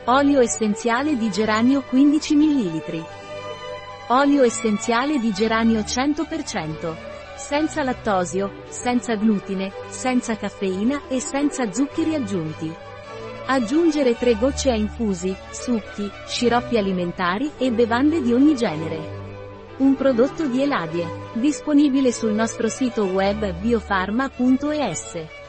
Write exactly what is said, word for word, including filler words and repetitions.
Olio essenziale di geranio quindici millilitri. Olio essenziale di geranio cento per cento. Senza lattosio, senza glutine, senza caffeina e senza zuccheri aggiunti. Aggiungere tre gocce a infusi, succhi, sciroppi alimentari e bevande di ogni genere. Un prodotto di Eladie, disponibile sul nostro sito web biofarma punto es.